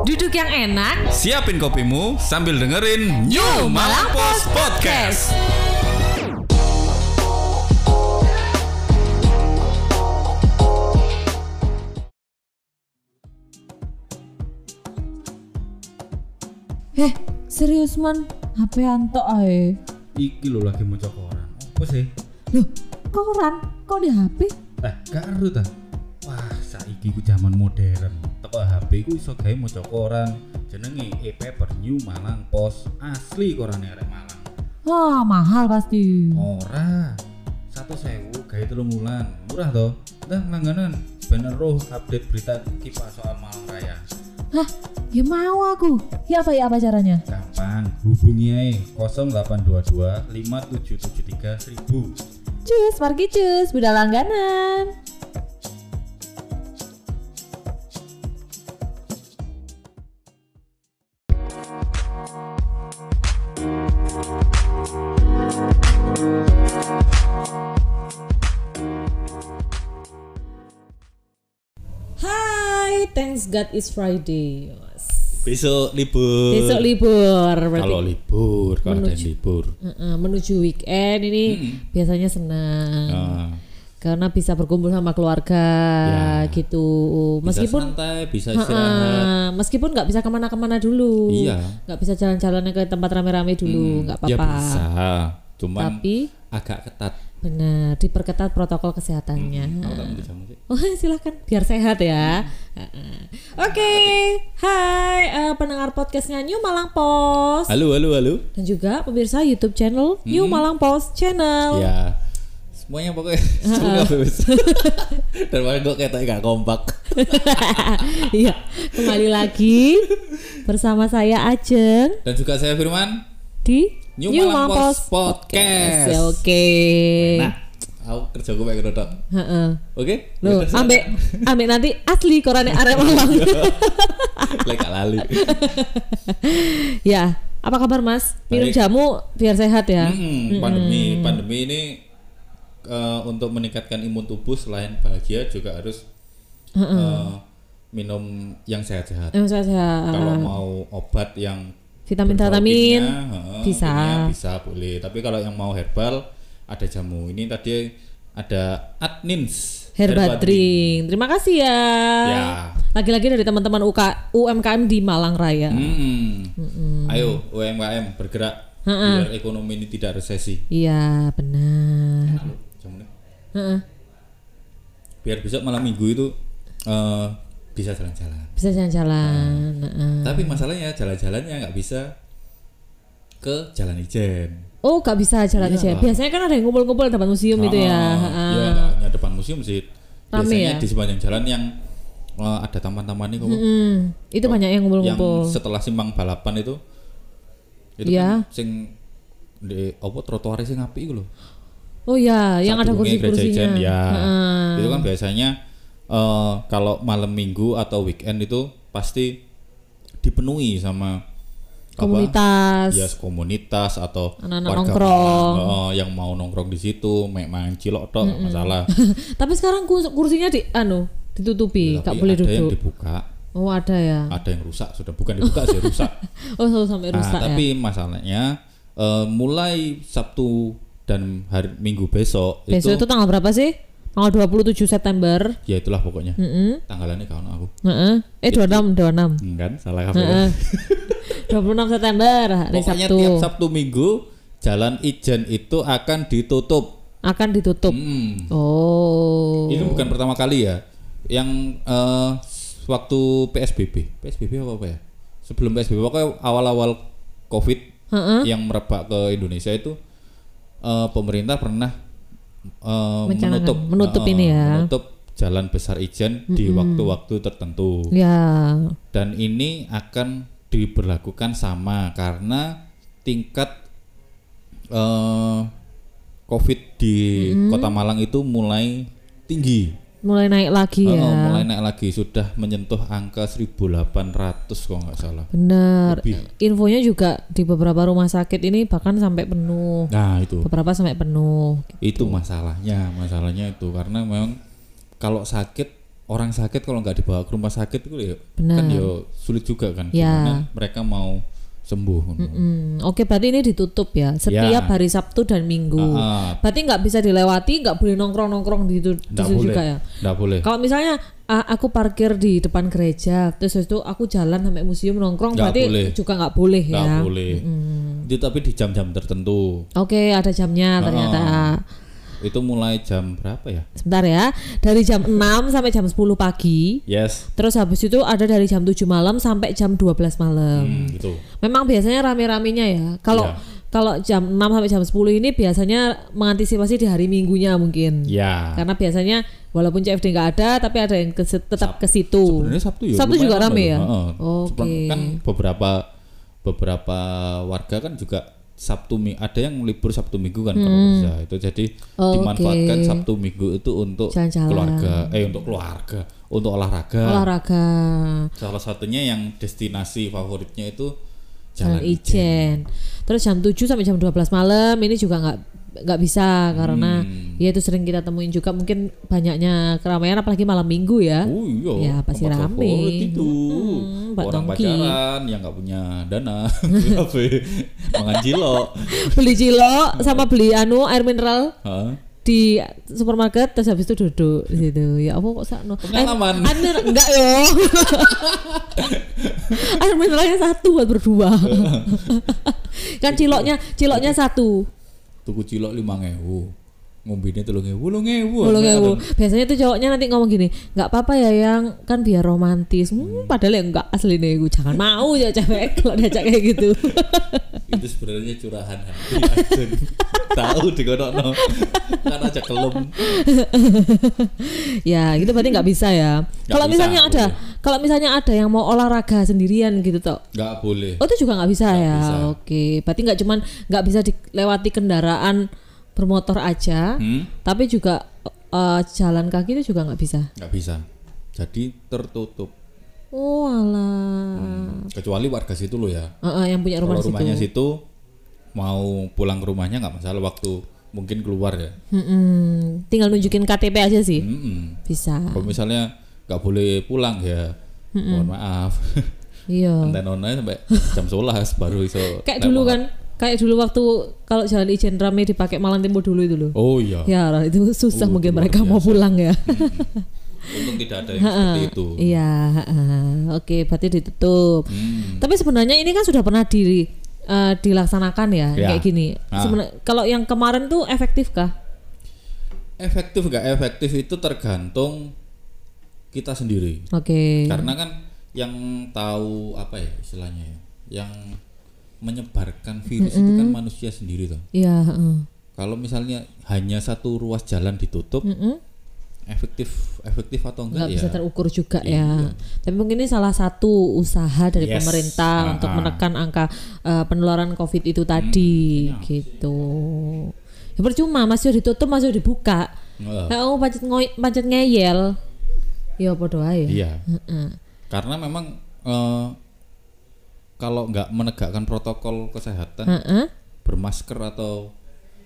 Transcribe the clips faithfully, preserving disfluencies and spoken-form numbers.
Duduk yang enak, siapin kopimu sambil dengerin New Malang Post Podcast. Heh, serius man, H P antok ae. Iki lo lagi maca koran. Apa sih? Loh, koran? Kok di H P? Eh, karo ta. Wah, saiki ku zaman modern. Teko H P ku iso gawe maca koran. Jenenge e-paper New Malang Post. Asli korane arek Malang. Wah, mahal pasti. Ora. satu sewu gawe telung wulan. Murah to. Dah langganan. Bener roh update berita kipas soal Malang Raya. Hah, ya mau aku. Ya apa ya apa caranya? Gampang, hubungi ae nol delapan dua dua lima tujuh tujuh tiga seribu. Cus, pergi cus, beda langganan. Hai, thanks God it's Friday. Besok libur. Besok libur. Kalau libur, kalau ada libur. Uh-uh, menuju weekend ini hmm. biasanya senang. Uh. Karena bisa berkumpul sama keluarga ya, gitu. Meskipun bisa santai, bisa istirahat. Uh, meskipun nggak bisa kemana-kemana dulu. Iya. Nggak bisa jalan-jalan ke tempat rame-rame dulu, nggak hmm, apa-apa. Ya bisa. Cuman tapi agak ketat. Benar, diperketat protokol kesehatannya. Hmm, oh silakan, biar sehat ya. Hmm. Oke, okay. Hai uh, pendengar podcastnya New Malang Post. Halo, halo, halo. Dan juga pemirsa YouTube channel hmm. New Malang Post Channel. Ya, semuanya pokoknya semuanya bebas. Dan malah gue kayak gak kompak. Iya, kembali lagi bersama saya Ajeng. Dan juga saya Firman di New, New Malang Post Podcast. Podcast. Oke. Okay. Nah, aku kerja gue pengen ngerodok. Heeh. Oke. Loh, ambek ambek nanti asli korane arek Malang. Lek lali. Ya, apa kabar Mas? Minum Baik. Jamu biar sehat ya. Mm-hmm. Pandemi mm-hmm. pandemi ini uh, untuk meningkatkan imun tubuh selain bahagia juga harus mm-hmm. uh, minum yang sehat-sehat. Yang sehat-sehat. Kalau mau obat yang vitamin-vitamin bisa bisa boleh, tapi kalau yang mau herbal ada jamu ini tadi ada Adnins Herbal Drink. Terima kasih ya. Ya. Lagi-lagi dari teman-teman U K, U M K M di Malang Raya. Hmm. Hmm. Ayo U M K M bergerak Ha-ha. biar ekonomi ini tidak resesi. Iya benar. Jamunya. Biar besok malam minggu itu uh, bisa jalan-jalan. Bisa jalan-jalan. Nah, uh. Tapi masalahnya jalan-jalannya nggak bisa ke Jalan Ijen. Oh, nggak bisa Jalan Ijen. Biasanya kan ada yang ngumpul-ngumpul depan museum oh, itu ya. Iya, nggak hanya depan museum sih. Rame Biasanya ya? Di sepanjang jalan yang uh, ada taman-taman ini kok. Hmm, itu oh, banyak yang ngumpul-ngumpul. Yang setelah simpang balapan itu, itu ya. kan sing di apa trotoar sing apik iku lho. Oh ya, yang ada kursi-kursinya. Ya. Uh. Itu kan biasanya Uh, kalau malam minggu atau weekend itu pasti dipenuhi sama komunitas, ya yes, komunitas atau anak-anak warga nongkrong uh, yang mau nongkrong di situ, main cilok tok mm-hmm. masalah. Tapi sekarang kursinya di anu ditutupi, nggak boleh duduk. Ada yang dibuka. Oh ada ya. Ada yang rusak sudah, bukan dibuka sih rusak. Oh sampai rusak nah, ya. Tapi masalahnya uh, mulai Sabtu dan hari Minggu besok. Besok itu, itu tanggal berapa sih? Tanggal dua puluh tujuh September. Ya itulah pokoknya. Mm-hmm. Tanggalannya kawan aku. Uh-uh. Eh dua puluh enam, dua puluh enam. Kan salah kamu. Uh-uh. dua puluh enam September hari pokoknya Sabtu. Tiap Sabtu Minggu Jalan Ijen itu akan ditutup. Akan ditutup. Hmm. Oh. Itu bukan pertama kali ya. Yang uh, waktu P S B B. P S B B apa apa ya? Sebelum P S B B pokoknya awal-awal Covid uh-uh. yang merebak ke Indonesia itu uh, pemerintah pernah Uh, menutup menutup uh, ini ya menutup jalan besar Ijen mm-hmm. di waktu-waktu tertentu ya. Dan ini akan diberlakukan sama karena tingkat uh, Covid di mm-hmm. Kota Malang itu mulai tinggi, mulai naik lagi uh, ya mulai naik lagi sudah menyentuh angka seribu delapan ratus kalau nggak salah. Benar. Lebih. Infonya juga di beberapa rumah sakit ini bahkan sampai penuh. Nah itu. Beberapa sampai penuh. Gitu. Itu masalahnya, masalahnya itu karena memang kalau sakit orang sakit kalau nggak dibawa ke rumah sakit itu ya Benar. kan ya sulit juga kan. Ya. Gimana mereka mau sembuh. Mm-mm. Oke, berarti ini ditutup ya setiap Ya. hari Sabtu dan Minggu. Ah, ah. Berarti nggak bisa dilewati, nggak boleh nongkrong-nongkrong di situ Nggak situ boleh. juga ya. Nggak boleh. Kalau misalnya ah, aku parkir di depan gereja, terus habis itu aku jalan sampai museum nongkrong, Nggak berarti boleh. juga nggak boleh Nggak ya. boleh. Mm. Itu tapi di jam-jam tertentu. Oke, ada jamnya ternyata. Ah, itu mulai jam berapa ya? Sebentar ya, dari jam enam sampai jam sepuluh pagi. Yes. Terus habis itu ada dari jam tujuh malam sampai jam dua belas malam. Hmm, gitu. Memang biasanya rame-ramenya ya. Kalau Ya. kalau jam enam sampai jam sepuluh ini biasanya mengantisipasi di hari Minggunya mungkin. Ya. Karena biasanya walaupun C F D nggak ada tapi ada yang ke, tetap ke situ. Sebenarnya Sabtu ya. Sabtu lumayan juga rame loh. ya? Heeh. Oke. Kan beberapa beberapa warga kan juga Sabtu Minggu ada yang libur Sabtu Minggu kan kalau kerja itu jadi Oke. dimanfaatkan Sabtu Minggu itu untuk Jalan-jalan. keluarga eh untuk keluarga untuk olahraga. Olahraga. Salah satunya yang destinasi favoritnya itu Jalan Jalan Ijen. Terus jam tujuh sampai jam dua belas malam ini juga nggak nggak bisa karena Hmm. ya itu sering kita temuin juga mungkin banyaknya keramaian apalagi malam Minggu ya. Oh iya, Ya, pasti tempat rame. favorit itu. Hmm, Mbak Orang Tongki. pacaran yang nggak punya dana, Kafe, mangan cilok. Beli cilok sama beli anu air mineral Hah? di supermarket terus habis itu duduk di situ. Ya apa kok sakno? Pengalaman. Air, air mineral enggak yo. Air mineralnya satu buat berdua. Kan ciloknya ciloknya satu. Tuku cilok lima ngewu, ngombine telung ngewu, lu ngewu. Bolong ewu. Biasanya tuh cowoknya nanti ngomong gini, nggak apa-apa ya yang kan biar romantis. Hmm, padahal ya enggak asli nih, gue jangan mau ya cewek kalau diajak kayak gitu. Itu sebenarnya curahan hati. Adun. Tahu digodokno. Kan aja kelem. Ya, gitu berarti nggak bisa ya. Kalau bisa, misalnya ada, boleh. kalau misalnya ada yang mau olahraga sendirian gitu toh. Nggak boleh. Oh itu juga nggak bisa Nggak ya. bisa. Oke, berarti nggak cuman nggak bisa dilewati kendaraan bermotor aja, Hmm? tapi juga eh, jalan kaki itu juga nggak bisa. Nggak bisa. Jadi tertutup. Oh alah. Hmm. Kecuali warga situ lo ya. Eh, eh, yang punya rumah Kalau di rumahnya situ. situ mau pulang ke rumahnya nggak masalah waktu mungkin keluar ya. Mm-mm. Tinggal nunjukin K T P aja sih. Mm-mm. Bisa. Kalau misalnya nggak boleh pulang ya, mohon maaf. Iya. Enten-onnya sampai jam sebelas baru iso. Kayak dulu lewat. kan, kayak dulu waktu kalau jalan Ijen rame dipakai Malang Timur dulu itu loh. Oh iya. Ya itu susah Oh, mungkin luar mereka mau biasa. pulang ya. Untung tidak ada yang seperti itu. Iya, heeh. Oke, berarti ditutup. Hmm. Tapi sebenarnya ini kan sudah pernah di eh, dilaksanakan ya, Ya. kayak gini. Ah. Sebenarnya kalau yang kemarin tuh efektif kah? Efektif nggak efektif itu tergantung kita sendiri. Oke. Karena kan yang tahu apa ya istilahnya ya, yang menyebarkan virus itu kan manusia sendiri toh. Iya, heeh. Kalau misalnya hanya satu ruas jalan ditutup, Mm-mm. efektif efektif atau enggak Nggak ya? bisa terukur juga Iya. ya. Tapi mungkin ini salah satu usaha dari Yes. pemerintah Ah, untuk ah. menekan angka eh, penularan COVID itu tadi, iya. gitu. Ya percuma, masih ditutup, masih dibuka. Nggak. Kayak kamu pancet ngoy- pancet ngeyel. Ya podo ae. Iya. Heeh. Karena memang eh, kalau nggak menegakkan protokol kesehatan, Heeh. bermasker atau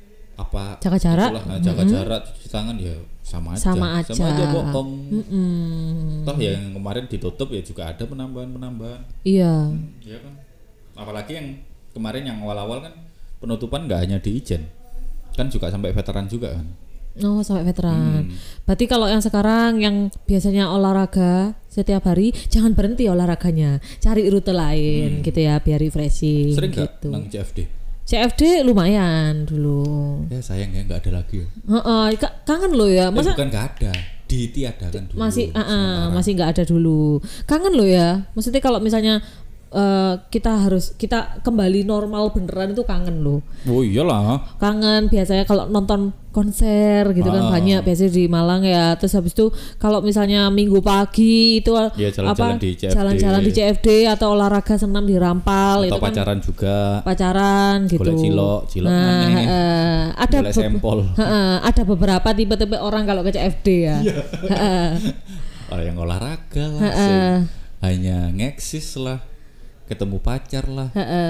apa Jaga jarak. itulah, nah, jaga jarak, cuci tangan ya sama aja. Sama aja. Sama aja bohong. Mm-mm. Toh yang kemarin ditutup ya juga ada penambahan-penambahan. Iya. Iya kan? Apalagi yang kemarin yang awal-awal kan penutupan nggak hanya di Ijen. Kan juga sampai veteran juga kan. Oh, sampai veteran. Hmm. Berarti kalau yang sekarang yang biasanya olahraga setiap hari, jangan berhenti olahraganya. Cari rute lain gitu ya, biar refreshing Sering nggak gitu. nang C F D? C F D lumayan dulu. Ya sayang ya nggak ada lagi ya. Heeh, ka- kangen lo ya. Eh, Masa bukan nggak ada, ditiadakan dulu. masih uh, uh, sementara. masih nggak ada dulu. Kangen lo ya. Maksudnya kalau misalnya eh, kita harus kita kembali normal beneran itu kangen lo. Oh iyalah. Kangen biasanya kalau nonton konser gitu kan Ah. banyak biasanya di Malang ya. Terus habis itu kalau misalnya Minggu pagi itu Iya, jalan-jalan apa di C F D. jalan-jalan di C F D atau olahraga senam di Rampal Atau itu kan pacaran juga. pacaran gitu. Golek cilok, cilok nah, maneh. heeh. ada Golek be- sampel. heeh, ada beberapa tipe-tipe orang kalau ke C F D ya. Iya. Heeh. Orang yang olahraga lah, Heeh. hanya ngeksis lah, ketemu pacar lah. Heeh.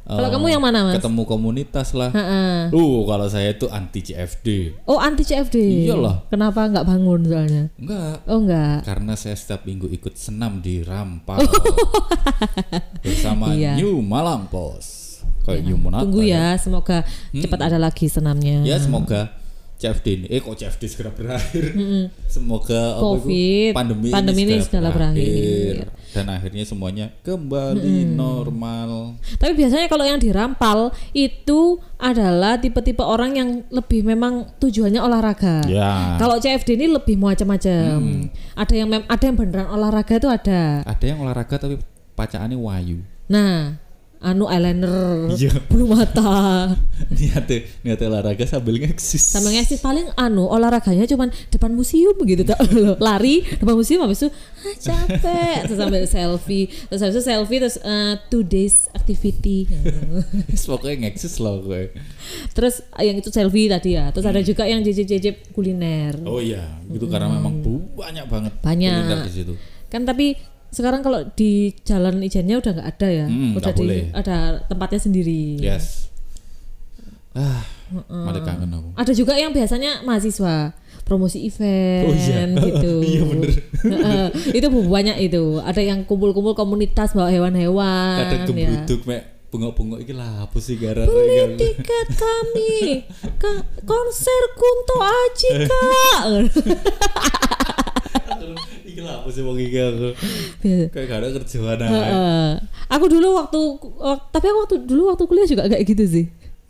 Kalau uh, kamu yang mana, Mas? Ketemu komunitas lah. Ha-ha. Uh, kalau saya itu anti C F D. Oh, anti C F D. Iyalah. Kenapa nggak bangun soalnya? Enggak. Oh, enggak. Karena saya setiap minggu ikut senam di Rampal bersama iya. New Malang Pos. Kayak ya. New Monata. Tunggu ya, ya. Semoga hmm. cepat ada lagi senamnya. Ya, semoga C F D ini, eh kok C F D segera berakhir. Mm-mm. Semoga COVID, apa itu, pandemi, pandemi ini segera, segera berakhir. berakhir dan akhirnya semuanya kembali mm. normal. Tapi biasanya kalau yang dirampal itu adalah tipe-tipe orang yang lebih memang tujuannya olahraga. Ya. Kalau C F D ini lebih macam-macam. Mm. Ada yang mem- ada yang beneran olahraga itu ada. Ada yang olahraga tapi pacaannya wayu. Nah, anu eyeliner, iya. bulu mata. Niatnya, niatnya olahraga sambil ngeksis. Sambil ngeksis paling anu olahraganya cuman depan museum begitu tak lari depan museum habis itu ah, capek terus sambil selfie terus habis itu selfie terus uh, two days activity. Pokoknya ngeksis loh gue. Terus yang itu selfie tadi ya. Terus hmm. ada juga yang jejep-jejep kuliner. Oh iya, itu hmm. karena memang banyak banget banyak kuliner di situ. Kan tapi sekarang kalau di Jalan Ijennya udah nggak ada ya, hmm, udah di, boleh. ada tempatnya sendiri. Yes. Ah, uh-uh. malah kangen aku. Ada juga yang biasanya mahasiswa promosi event oh, iya. gitu. Iya bener. uh, itu banyak itu. Ada yang kumpul-kumpul komunitas bawa hewan-hewan. Ada gebuduk ya. Mek bunga-bunga iki lah apa sih gara-gara beli tiket kami ke konser Kunto Aji Kak. Iki lah apa sih wong iki aku. Kayak gak ada kerjaan aja. Uh, aku dulu waktu, waktu tapi aku waktu dulu waktu kuliah juga kayak gitu sih.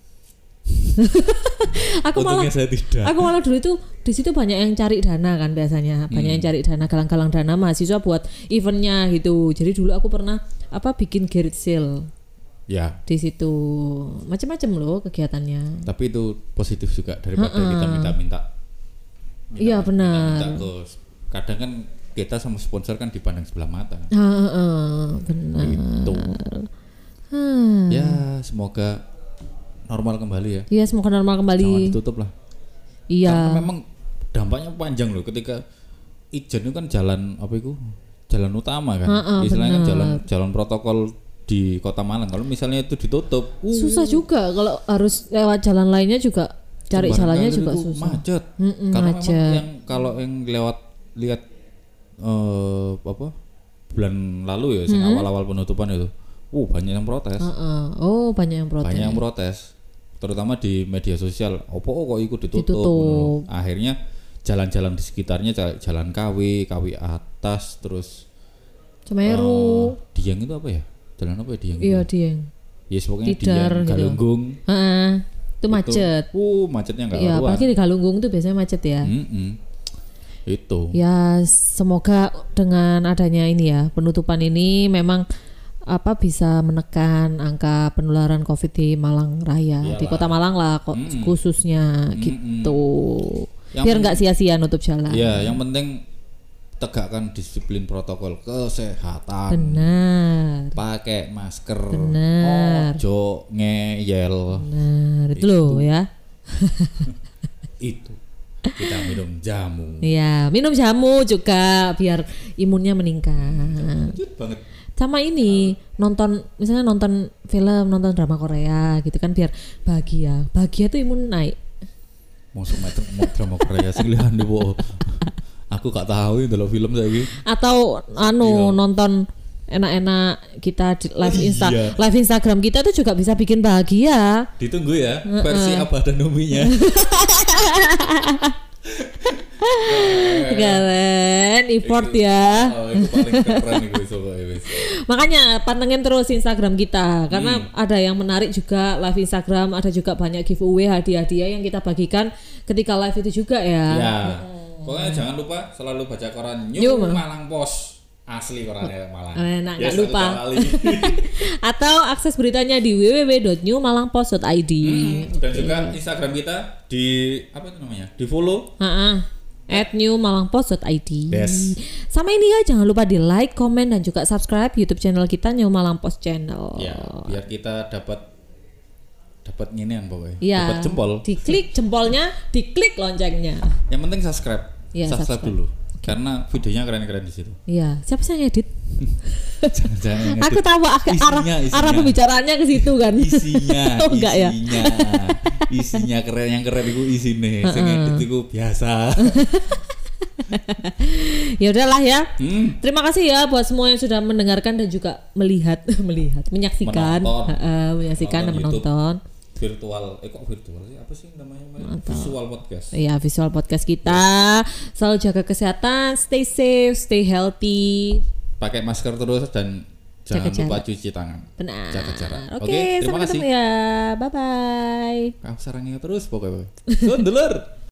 aku Untungnya malah saya tidak. Aku malah dulu itu di situ banyak yang cari dana kan biasanya, banyak hmm. yang cari dana galang-galang dana mahasiswa buat eventnya gitu. Jadi dulu aku pernah apa bikin garage sale. Ya. Di situ macam-macam loh kegiatannya. Tapi itu positif juga daripada uh-uh. kita minta-minta. Iya benar. Minta kadang kan kita sama sponsor kan dipandang sebelah mata. Uh-uh, benar. Gitu. Hmm. Ya semoga normal kembali ya. Iya semoga normal kembali. Jangan ditutup lah. Iya. Karena memang dampaknya panjang loh. Ketika Ijen itu kan jalan apa itu? Jalan utama kan. Uh-uh, istilahnya kan jalan jalan protokol di Kota Malang. Kalau misalnya itu ditutup, uh, susah juga. Kalau harus lewat jalan lainnya juga cari jalannya juga susah. Macet. Mm-mm, Karena macet. memang yang kalau yang lewat lihat uh, apa bulan lalu ya, mm-hmm. awal-awal penutupan itu, uh banyak yang protes. Uh-uh. Oh banyak yang protes. Banyak yang protes. Terutama di media sosial. Opo kok ikut ditutup? ditutup. Akhirnya jalan-jalan di sekitarnya jalan K W, K W atas, terus Semeru. Uh, Dieng itu apa ya? Jalan apa ya Dieng? Iya Dieng. Ya yes, pokoknya Dieng, gitu. Galunggung. Heeh. Itu macet. Itu, uh macetnya enggak karuan. Iya, apalagi di Galunggung tuh biasanya macet ya. Mm-mm. Itu. Ya semoga dengan adanya ini ya penutupan ini memang apa bisa menekan angka penularan COVID di Malang Raya. Iyalah. Di Kota Malang lah kok mm-mm. khususnya mm-mm. gitu. Yang biar nggak sia-sia nutup jalan. Iya, yang penting tegakkan disiplin protokol kesehatan. Benar. Pakai masker. Benar. Ojo ngeyel. Benar. Itu, itu loh ya. Itu. Kita minum jamu. Iya, minum jamu juga biar imunnya meningkat. Lanjut banget. Sama ini nonton misalnya nonton film, nonton drama Korea gitu kan biar bahagia. Bahagia tuh imun naik. Masuk meter drama Korea sih lihat deh boh. Aku gak tahu itu loh film saya gitu. Atau anu iya. nonton enak-enak kita di live Insta iya. live Instagram kita tuh juga bisa bikin bahagia. Ditunggu ya uh-uh. versi Abah dan Uminya. Keren, effort ya. Oh, itu paling keren itu soalnya. Makanya pantengin terus Instagram kita karena hmm. ada yang menarik juga live Instagram, ada juga banyak giveaway hadiah-hadiah yang kita bagikan ketika live itu juga ya. Ya. Hmm. Pokoknya jangan lupa selalu baca koran New Yo, Malang Pos. Asli korannya Malang. Eh, nah, ya, gak lupa. Atau akses beritanya di w w w dot new malang post dot i d. Hmm, dan juga Instagram kita di apa itu namanya? Di follow. Heeh. at new malang post dot i d. Yes. Sama ini ya jangan lupa di like, komen dan juga subscribe YouTube channel kita New Malang Post Channel. Ya, biar kita dapat dapat nginian pokoknya. Ya, dapat jempol. Diklik jempolnya, diklik loncengnya. Yang penting subscribe. Ya, subscribe, subscribe dulu. Okay. Karena videonya keren-keren di situ. Iya, siapa sih yang edit? Jangan-jangan Aku tahu aku arah arah pembicaraannya ke situ kan. Isinya, oh, enggak isinya, ya? isinya keren, yang keren itu isine, sing edit itu biasa. Ya udahlah ya. Hmm. Terima kasih ya buat semua yang sudah mendengarkan dan juga melihat, melihat, menyaksikan, menonton, uh, menyaksikan menonton dan menonton. Virtual, eh kok virtual sih? Apa sih namanya? Mantap. Visual podcast. Iya, visual podcast kita. Selalu jaga kesehatan, stay safe, stay healthy. Pakai masker terus dan jangan jaga lupa jarak. cuci tangan. Benar. Jaga jarak. Oke, Oke, terima sampai kasih. ketemu ya. Bye bye. Kau sarangnya terus pokoknya. Sun dulur.